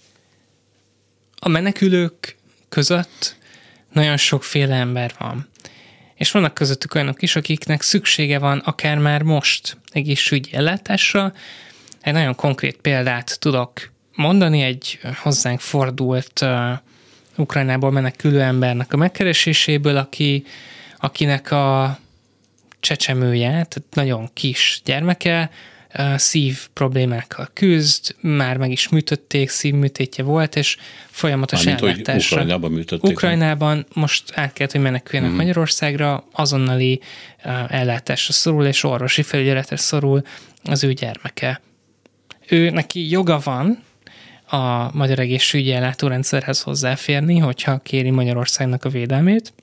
a menekülők között nagyon sokféle ember van. És vannak közöttük olyanok is, akiknek szüksége van akár már most egészségügyi ellátásra. Egy nagyon konkrét példát tudok mondani, egy hozzánk fordult Ukrajnából menekülő embernek a megkereséséből, akinek a csecsemője, tehát nagyon kis gyermeke, szív problémákkal küzd, már meg is műtötték, szívműtétje volt, és folyamatos ellátásra. Ukrajnában műtötték. Ukrajnában most át kellett, hogy meneküljenek Magyarországra, azonnali ellátásra szorul, és orvosi felügyeletre szorul az ő gyermeke. Neki joga van a magyar egészségügyi ellátórendszerhez hozzáférni, hogyha kéri Magyarországnak a védelmét.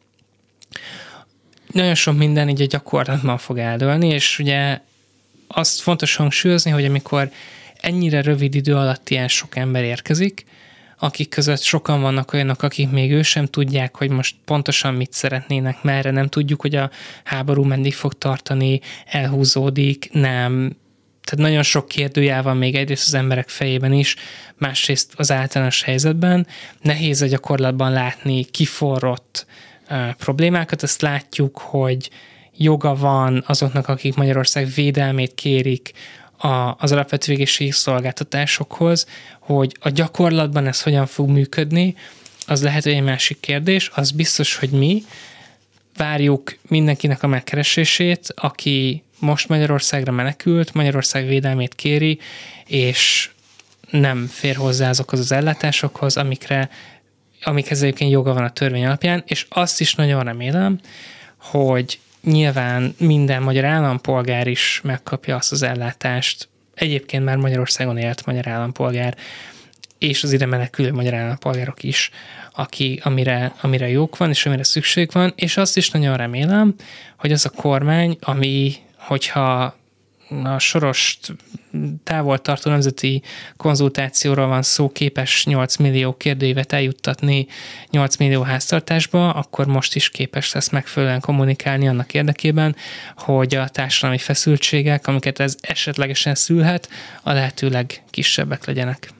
Nagyon sok minden így a gyakorlatban fog eldőlni, és ugye azt fontos hangsúlyozni, hogy amikor ennyire rövid idő alatt ilyen sok ember érkezik, akik között sokan vannak olyanok, akik még ő sem tudják, hogy most pontosan mit szeretnének, merre nem tudjuk, hogy a háború meddig fog tartani, elhúzódik, nem. Tehát nagyon sok kérdőjel van még egyrészt az emberek fejében is, másrészt az általános helyzetben. Nehéz a gyakorlatban látni kiforrott problémákat. Azt látjuk, hogy joga van azoknak, akik Magyarország védelmét kérik az alapvető egészségügyi szolgáltatásokhoz, hogy a gyakorlatban ez hogyan fog működni, az lehet, hogy egy másik kérdés. Az biztos, hogy mi várjuk mindenkinek a megkeresését, aki most Magyarországra menekült, Magyarország védelmét kéri, és nem fér hozzá azokhoz az ellátásokhoz, amikhez egyébként joga van a törvény alapján, és azt is nagyon remélem, hogy nyilván minden magyar állampolgár is megkapja azt az ellátást, egyébként már Magyarországon élt magyar állampolgár, és az ide menekülő magyar állampolgárok is, amire jók van, és amire szükség van, és azt is nagyon remélem, hogy az a kormány, hogyha a Sorost távol tartó nemzeti konzultációról van szó, képes 8 millió kérdőívet eljuttatni 8 millió háztartásba, akkor most is képes lesz megfelelően kommunikálni annak érdekében, hogy a társadalmi feszültségek, amiket ez esetlegesen szülhet, a lehetőleg kisebbek legyenek.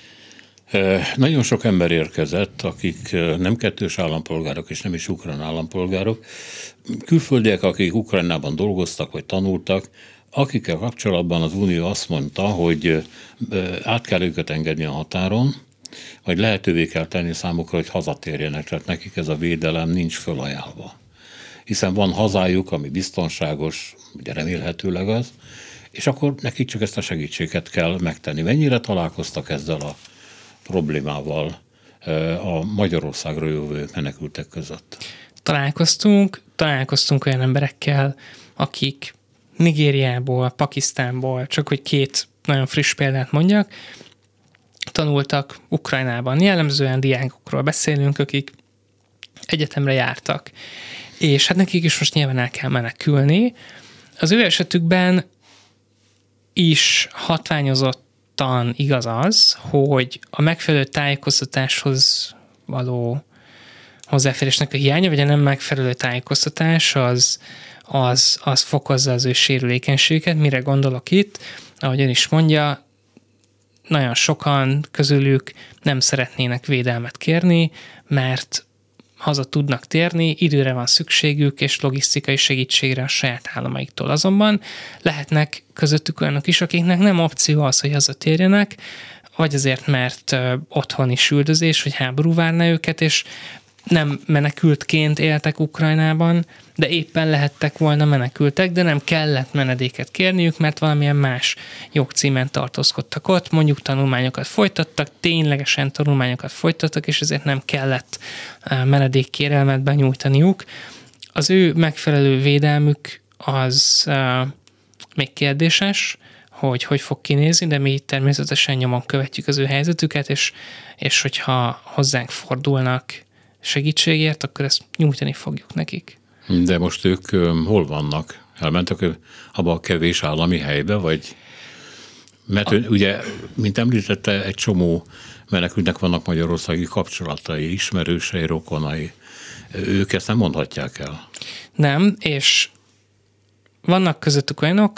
Nagyon sok ember érkezett, akik nem kettős állampolgárok és nem is ukrán állampolgárok, külföldiek, akik Ukrajnában dolgoztak vagy tanultak, akikkel kapcsolatban az Unió azt mondta, hogy át kell őket engedni a határon, vagy lehetővé kell tenni számukra, hogy hazatérjenek, tehát nekik ez a védelem nincs fölajánlva. Hiszen van hazájuk, ami biztonságos, ugye remélhetőleg az, és akkor nekik csak ezt a segítséget kell megtenni. Mennyire találkoztak ezzel a problémával a Magyarországra jövő menekültek között? Találkoztunk olyan emberekkel, akik Nigériából, Pakisztánból, csak hogy 2 nagyon friss példát mondjak, tanultak Ukrajnában. Jellemzően diákokról beszélünk, akik egyetemre jártak. És hát nekik is most nyilván el kell menekülni. Az ő esetükben is hatványozottan igaz az, hogy a megfelelő tájékoztatáshoz való hozzáférésnek a hiánya, vagy a nem megfelelő tájékoztatás az fokozza az ő sérülékenységüket. Mire gondolok itt? Ahogy ön is mondja, nagyon sokan közülük nem szeretnének védelmet kérni, mert haza tudnak térni, időre van szükségük, és logisztikai segítségre a saját államaiktól. Azonban lehetnek közöttük olyanok is, akiknek nem opció az, hogy hazatérjenek, vagy azért, mert otthon is üldözés, vagy háború várna őket, és nem menekültként éltek Ukrajnában, de éppen lehettek volna menekültek, de nem kellett menedéket kérniük, mert valamilyen más jogcímen tartózkodtak ott, mondjuk tanulmányokat folytattak, ténylegesen tanulmányokat folytattak, és ezért nem kellett menedékkérelmet benyújtaniuk. Az ő megfelelő védelmük az még kérdéses, hogy fog kinézni, de mi természetesen nyomon követjük az ő helyzetüket, és hogyha hozzánk fordulnak segítségért, akkor ezt nyújtani fogjuk nekik. De most ők hol vannak? Elmentek abba a kevés állami helybe, vagy? Mert ugye, mint említette, egy csomó menekültnek vannak magyarországi kapcsolatai, ismerősei, rokonai. Ők ezt nem mondhatják el. Nem, és vannak közöttük olyanok,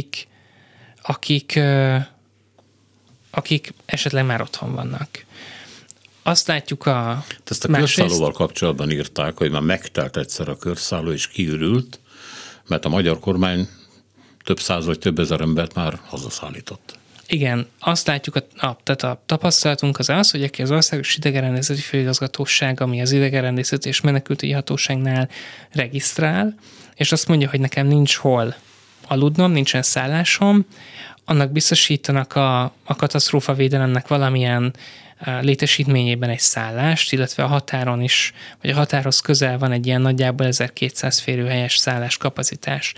akik esetleg már otthon vannak. Azt látjuk ezt a körszállóval kapcsolatban írták, hogy már megtelt egyszer a körszálló, és kiürült, mert a magyar kormány több száz vagy több ezer embert már hazaszállított. Igen, azt látjuk, tehát a tapasztalatunk az, hogy aki az Országos Idegenrendészeti Főigazgatóság, ami az Idegenrendészeti és Menekültügyi Hatóságnál regisztrál, és azt mondja, hogy nekem nincs hol aludnom, nincsen szállásom, annak biztosítanak a katasztrófavédelemnek valamilyen létesítményében egy szállást, illetve a határon is, vagy a határhoz közel van egy ilyen nagyjából 1200 férőhelyes szálláskapacitás.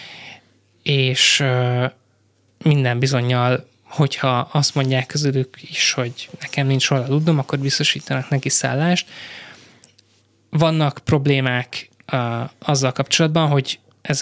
És minden bizonnyal, hogyha azt mondják közülük is, hogy nekem nincs hol aludnom, akkor biztosítanak neki szállást. Vannak problémák azzal kapcsolatban, hogy ez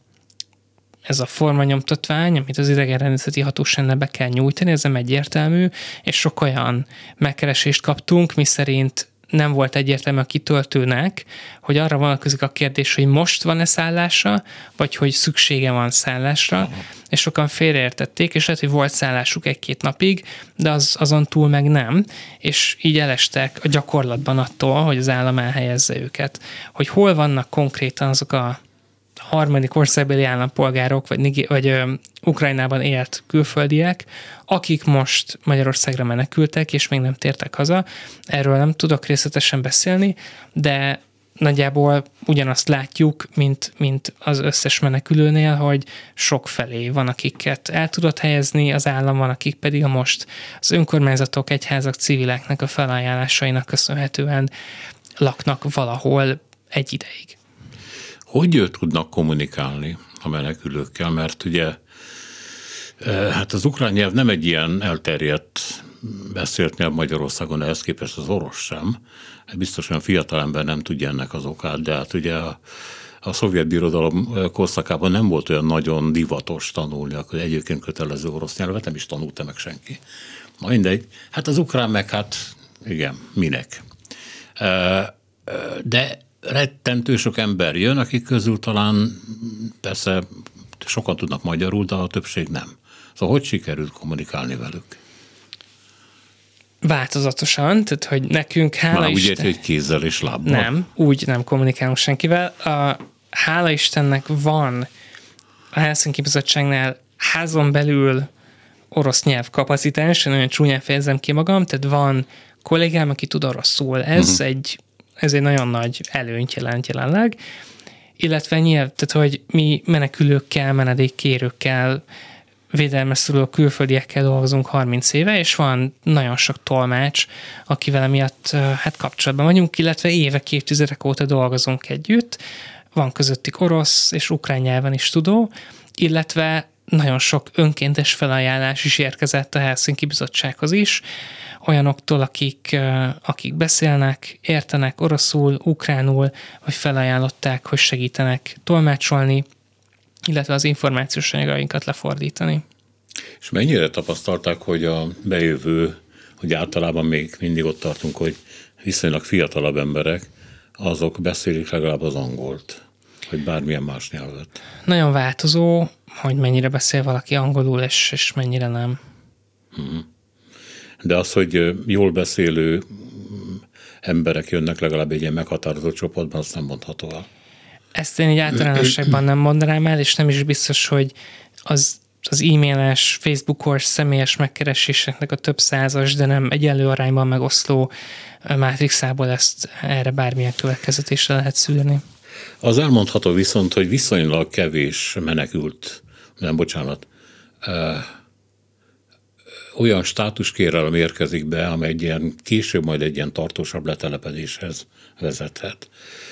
a formanyomtatvány, amit az idegenrendészeti hatóságnál be kell nyújtani, ez nem egyértelmű, és sok olyan megkeresést kaptunk, miszerint nem volt egyértelmű a kitöltőnek, hogy arra vonatkozik a kérdés, hogy most van-e szállása, vagy hogy szüksége van szállásra, és sokan félreértették, és lehet, hogy volt szállásuk 1-2 napig, de azon túl meg nem, és így elestek a gyakorlatban attól, hogy az állam elhelyezze őket. Hogy hol vannak konkrétan azok a harmadik országbeli állampolgárok, vagy Ukrajnában élt külföldiek, akik most Magyarországra menekültek, és még nem tértek haza. Erről nem tudok részletesen beszélni, de nagyjából ugyanazt látjuk, mint az összes menekülőnél, hogy sokfelé van, akiket el tudott helyezni az állam, van, akik pedig most az önkormányzatok, egyházak, civileknek a felajánlásainak köszönhetően laknak valahol egy ideig. Hogy tudnak kommunikálni a menekülőkkel? Mert ugye hát az ukrán nyelv nem egy ilyen elterjedt beszélt nyelv Magyarországon, ehhez képest az orosz sem. Biztosan fiatalember nem tudja ennek az okát, de hát ugye a szovjet birodalom korszakában nem volt olyan nagyon divatos tanulni, akkor egyébként kötelező orosz nyelvet nem is tanulta meg senki. Na mindegy, hát az ukrán meg hát igen, minek. De rettentő sok ember jön, akik közül talán persze sokan tudnak magyarul, de a többség nem. Szóval hogy sikerült kommunikálni velük? Változatosan, tehát hogy nekünk hála Isten... Úgy érti, hogy kézzel és lábbal? Nem, úgy nem kommunikálunk senkivel. Hála Istennek van a Helsinki Bizottságnál házon belül orosz nyelv kapacitás, én nagyon csúnyán fejezem ki magam, tehát van kollégám, aki tud oroszul. Ez egy nagyon nagy előnyt jelent jelenleg, illetve tehát, hogy mi menekülőkkel, menedékkérőkkel, védelme szoruló külföldiekkel dolgozunk 30 éve, és van nagyon sok tolmács, akivel emiatt hát kapcsolatban vagyunk, illetve évek, évtizedek óta dolgozunk együtt. Van közöttük orosz és ukrán nyelven is tudó, illetve nagyon sok önkéntes felajánlás is érkezett a Helsinki Bizottsághoz is, olyanoktól, akik beszélnek, értenek oroszul, ukránul, vagy felajánlották, hogy segítenek tolmácsolni, illetve az információs anyagainkat lefordítani. És mennyire tapasztalták, hogy a bejövő, hogy általában még mindig ott tartunk, hogy viszonylag fiatalabb emberek, azok beszélik legalább az angolt, vagy bármilyen más nyelvet. Nagyon változó, hogy mennyire beszél valaki angolul, és mennyire nem. De az, hogy jól beszélő emberek jönnek legalább egy ilyen meghatározott csoportban, azt nem mondható el. Ezt én így általánosságban nem mondanám el, és nem is biztos, hogy az e-mailes, Facebookos, személyes megkereséseknek a több százas, de nem egyenlő arányban megoszló mátrixából erre bármilyen következetésre lehet szűrni. Az elmondható viszont, hogy viszonylag kevés olyan státuskérelem érkezik be, amely később majd egy ilyen tartósabb letelepedéshez vezethet.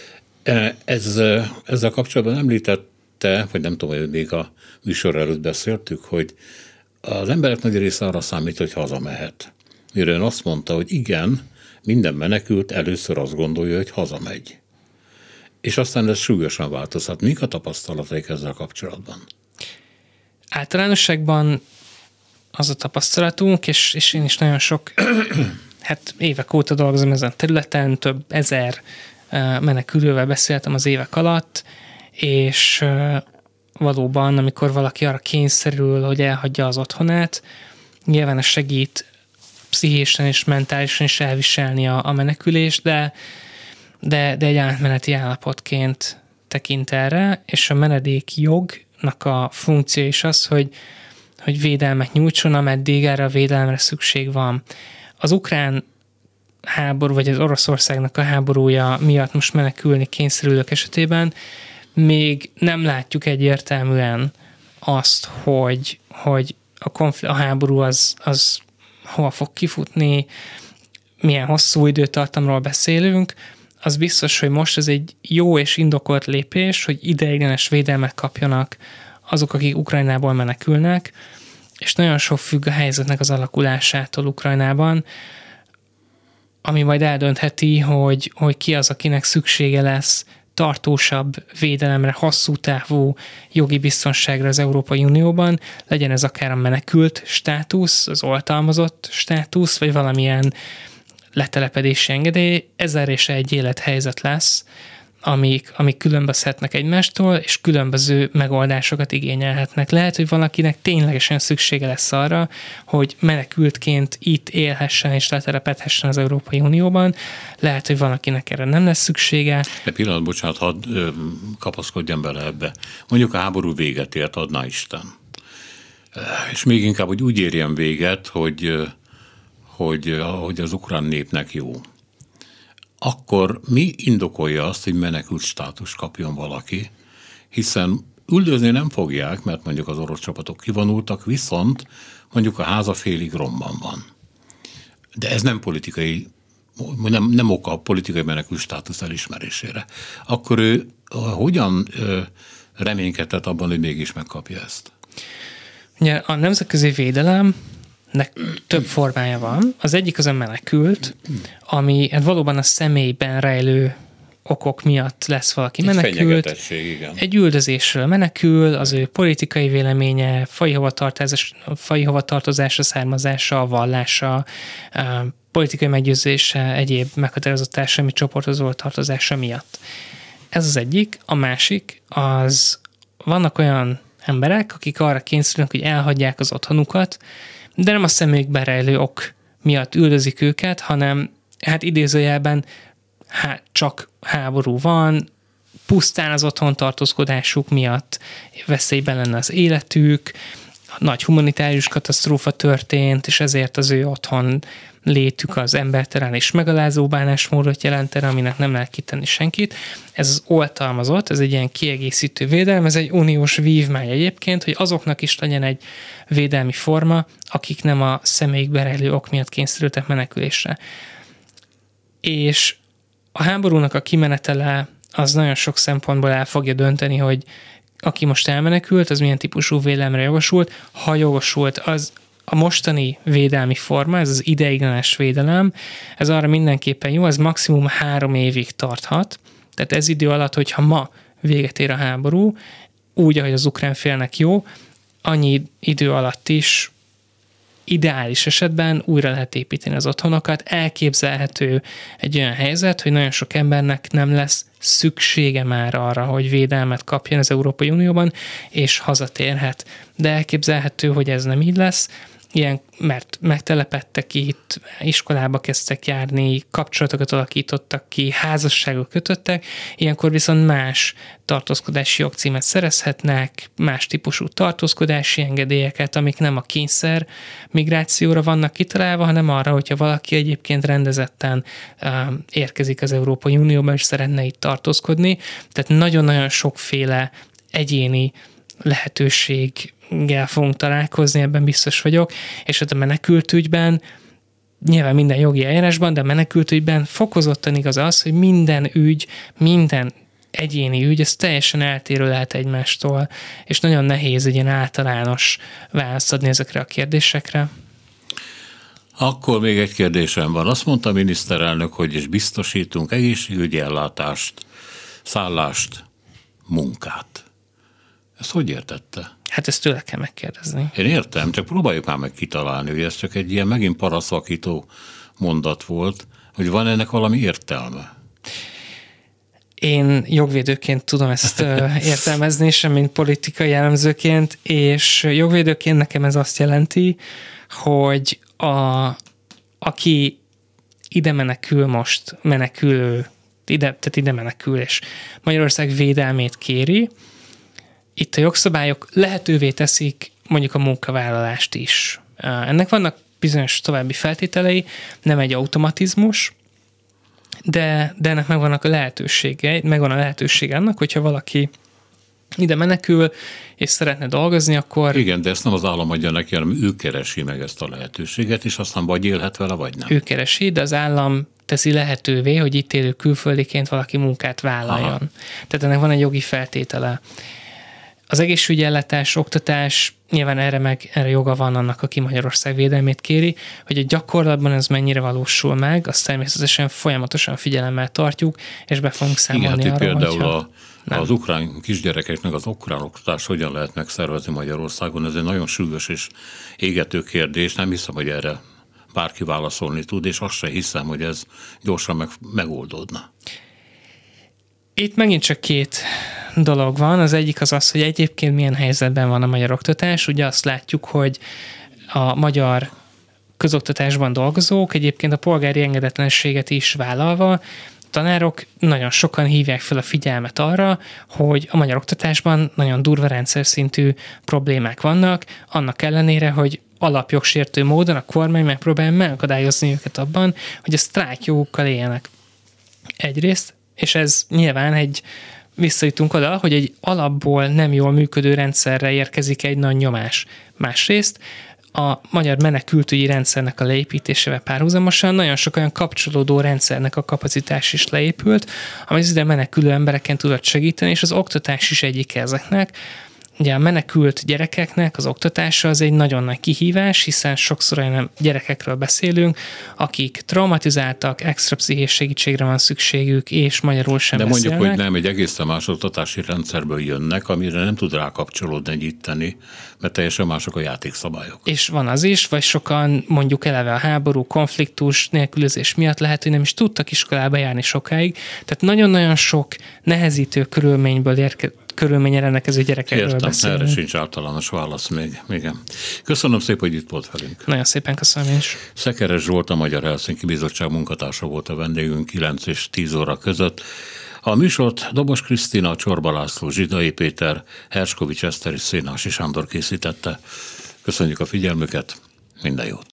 Ezzel kapcsolatban említette, vagy nem tudom, hogy még a műsor előtt beszéltük, hogy az emberek nagy része arra számít, hogy hazamehet. Mire ön azt mondta, hogy igen, minden menekült először azt gondolja, hogy hazamegy. És aztán ez súlyosan változhat. Mik a tapasztalataik ezzel kapcsolatban? Általánosságban az a tapasztalatunk, és én is nagyon sok, évek óta dolgozom ezen a területen, több ezer menekülővel beszéltem az évek alatt, és valóban, amikor valaki arra kényszerül, hogy elhagyja az otthonát, nyilván ez segít pszichésen és mentálisan is elviselni a menekülést, de egy átmeneti állapotként tekint erre, és a menedékjognak a funkció is az, hogy védelmet nyújtson, ameddig erre a védelemre szükség van. Az ukrán háború, vagy az Oroszországnak a háborúja miatt most menekülni kényszerülők esetében még nem látjuk egyértelműen azt, hogy a háború az hova fog kifutni, milyen hosszú időtartamról beszélünk. Az biztos, hogy most ez egy jó és indokolt lépés, hogy ideiglenes védelmet kapjanak azok, akik Ukrajnából menekülnek, és nagyon sok függ a helyzetnek az alakulásától Ukrajnában, ami majd eldöntheti, hogy ki az, akinek szüksége lesz tartósabb védelemre, hosszú távú jogi biztonságra az Európai Unióban, legyen ez akár a menekült státusz, az oltalmazott státusz, vagy valamilyen letelepedési engedély. Ezer és egy élethelyzet lesz, amik különbözhetnek egymástól, és különböző megoldásokat igényelhetnek. Lehet, hogy valakinek ténylegesen szüksége lesz arra, hogy menekültként itt élhessen és letelepedhessen az Európai Unióban. Lehet, hogy valakinek erre nem lesz szüksége. De pillanat, bocsánat, hadd kapaszkodjam bele ebbe. Mondjuk a háború véget ért, adná Isten. És még inkább, hogy úgy érjen véget, hogy az ukrán népnek jó. Akkor mi indokolja azt, hogy menekült státus kapjon valaki, hiszen üldözni nem fogják, mert mondjuk az orosz csapatok kivonultak, viszont mondjuk a háza félig romban van. De ez nem politikai, nem oka a politikai menekült státusz elismerésére. Akkor ő hogyan reménykedett abban, hogy mégis megkapja ezt? Ugye a nemzetközi védelem több formája van. Az egyik az a menekült, ami valóban a személyben rejlő okok miatt lesz valaki menekült. Egy üldözésről menekül, az ő politikai véleménye, faji hovatartozása, származása, vallása, politikai meggyőzése, egyéb meghatározott társadalmi csoporthoz való tartozása miatt. Ez az egyik. A másik, vannak olyan emberek, akik arra kényszerülnek, hogy elhagyják az otthonukat, de nem a szemükben rejlő ok miatt üldözik őket, hanem idézőjelben csak háború van, pusztán az otthon tartózkodásuk miatt veszélyben lenne az életük, nagy humanitárius katasztrófa történt, és ezért az ő otthon létük az embertelen és megalázó bánásmódot jelentene, aminek nem lehet kitenni senkit. Ez az oltalmazott, ez egy ilyen kiegészítő védelem, ez egy uniós vívmány egyébként, hogy azoknak is legyen egy védelmi forma, akik nem a személyükben rejlő ok miatt kényszerültek menekülésre. És a háborúnak a kimenetele az nagyon sok szempontból el fogja dönteni, hogy aki most elmenekült, az milyen típusú védelemre jogosult. Ha jogosult, az a mostani védelmi forma, ez az ideiglenes védelem, ez arra mindenképpen jó, ez maximum 3 évig tarthat. Tehát ez idő alatt, hogyha ma véget ér a háború, úgy, ahogy az ukrán félnek jó, annyi idő alatt is ideális esetben újra lehet építeni az otthonokat. Elképzelhető egy olyan helyzet, hogy nagyon sok embernek nem lesz szüksége már arra, hogy védelmet kapjon az Európai Unióban, és hazatérhet. De elképzelhető, hogy ez nem így lesz, mert megtelepedtek itt, iskolába kezdtek járni, kapcsolatokat alakítottak ki, házasságot kötöttek, ilyenkor viszont más tartózkodási jogcímet szerezhetnek, más típusú tartózkodási engedélyeket, amik nem a kényszer migrációra vannak kitalálva, hanem arra, hogyha valaki egyébként rendezetten érkezik az Európai Unióba, és szeretne itt tartózkodni. Tehát nagyon-nagyon sokféle egyéni lehetőséggel fogunk találkozni, ebben biztos vagyok, és hát a menekültügyben, nyilván minden jogi eljárásban, de a menekültügyben fokozottan igaz az, hogy minden ügy, minden egyéni ügy, ez teljesen eltérő lehet egymástól, és nagyon nehéz egy ilyen általános választ adni ezekre a kérdésekre. Akkor még egy kérdésem van. Azt mondta a miniszterelnök, hogy is biztosítunk egészségügyi ellátást, szállást, munkát. Ezt hogy értette? Hát ezt tőle kell megkérdezni. Én értem, csak próbáljuk már meg kitalálni, hogy ez csak egy ilyen megint paraszakító mondat volt, hogy van ennek valami értelme. Én jogvédőként tudom ezt értelmezni, sem mint politikai elemzőként, és jogvédőként nekem ez azt jelenti, hogy aki ide menekül most, tehát ide menekül, és Magyarország védelmét kéri, itt a jogszabályok lehetővé teszik mondjuk a munkavállalást is. Ennek vannak bizonyos további feltételei, nem egy automatizmus, de ennek megvan a lehetősége annak, hogyha valaki ide menekül, és szeretne dolgozni, akkor... Igen, de ezt nem az állam adja neki, hanem ő keresi meg ezt a lehetőséget, és aztán vagy élhet vele, vagy nem. Ő keresi, de az állam teszi lehetővé, hogy itt élő külföldiként valaki munkát vállaljon. Aha. Tehát ennek van egy jogi feltétele. Az egészségügyi ellátás, oktatás, nyilván erre joga van annak, aki Magyarország védelmét kéri, hogy a gyakorlatban ez mennyire valósul meg, azt természetesen folyamatosan figyelemmel tartjuk, és be fogunk számolni igen, arra, például az ukrán kisgyerekeknek az ukrán oktatás hogyan lehet megszervezni Magyarországon, ez egy nagyon sürgős és égető kérdés, nem hiszem, hogy erre bárki válaszolni tud, és azt sem hiszem, hogy ez gyorsan megoldódna. Itt megint csak két dolog van. Az egyik az, hogy egyébként milyen helyzetben van a magyar oktatás. Ugye azt látjuk, hogy a magyar közoktatásban dolgozók egyébként a polgári engedetlenséget is vállalva, tanárok nagyon sokan hívják fel a figyelmet arra, hogy a magyar oktatásban nagyon durva rendszer szintű problémák vannak, annak ellenére, hogy alapjogsértő módon a kormány megpróbálja megakadályozni őket abban, hogy a sztrájkjogukkal éljenek. Egyrészt, és ez nyilván visszajutunk oda, hogy egy alapból nem jól működő rendszerre érkezik egy nagy nyomás. Másrészt a magyar menekültügyi rendszernek a leépítésével párhuzamosan nagyon sok olyan kapcsolódó rendszernek a kapacitás is leépült, ami az ide menekülő embereken tudott segíteni, és az oktatás is egyik ezeknek. Ugye a menekült gyerekeknek az oktatása az egy nagyon nagy kihívás, hiszen sokszor olyan gyerekekről beszélünk, akik traumatizáltak, extra pszichés segítségre van szükségük, és magyarul sem beszélnek. De mondjuk, hogy nem, egy egészen más oktatási rendszerből jönnek, amire nem tud rákapcsolódni, nyitani, mert teljesen mások a játékszabályok. És van az is, vagy sokan mondjuk eleve a háború, konfliktus, nélkülözés miatt lehet, hogy nem is tudtak iskolába járni sokáig. Tehát nagyon-nagyon sok nehezítő körülménye rendelkező gyerekekről beszélünk. Erre sincs általános válasz még. Igen. Köszönöm szépen, hogy itt volt velünk. Nagyon szépen köszönöm is. Szekeres Zsolt, a Magyar Helsinki Bizottság munkatársa volt a vendégünk 9 és 10 óra között. A műsort Dobos Krisztina, Csorba László, Zsidai Péter, Herskovics Eszter és Szénási Sándor készítette. Köszönjük a figyelmüket, minden jót!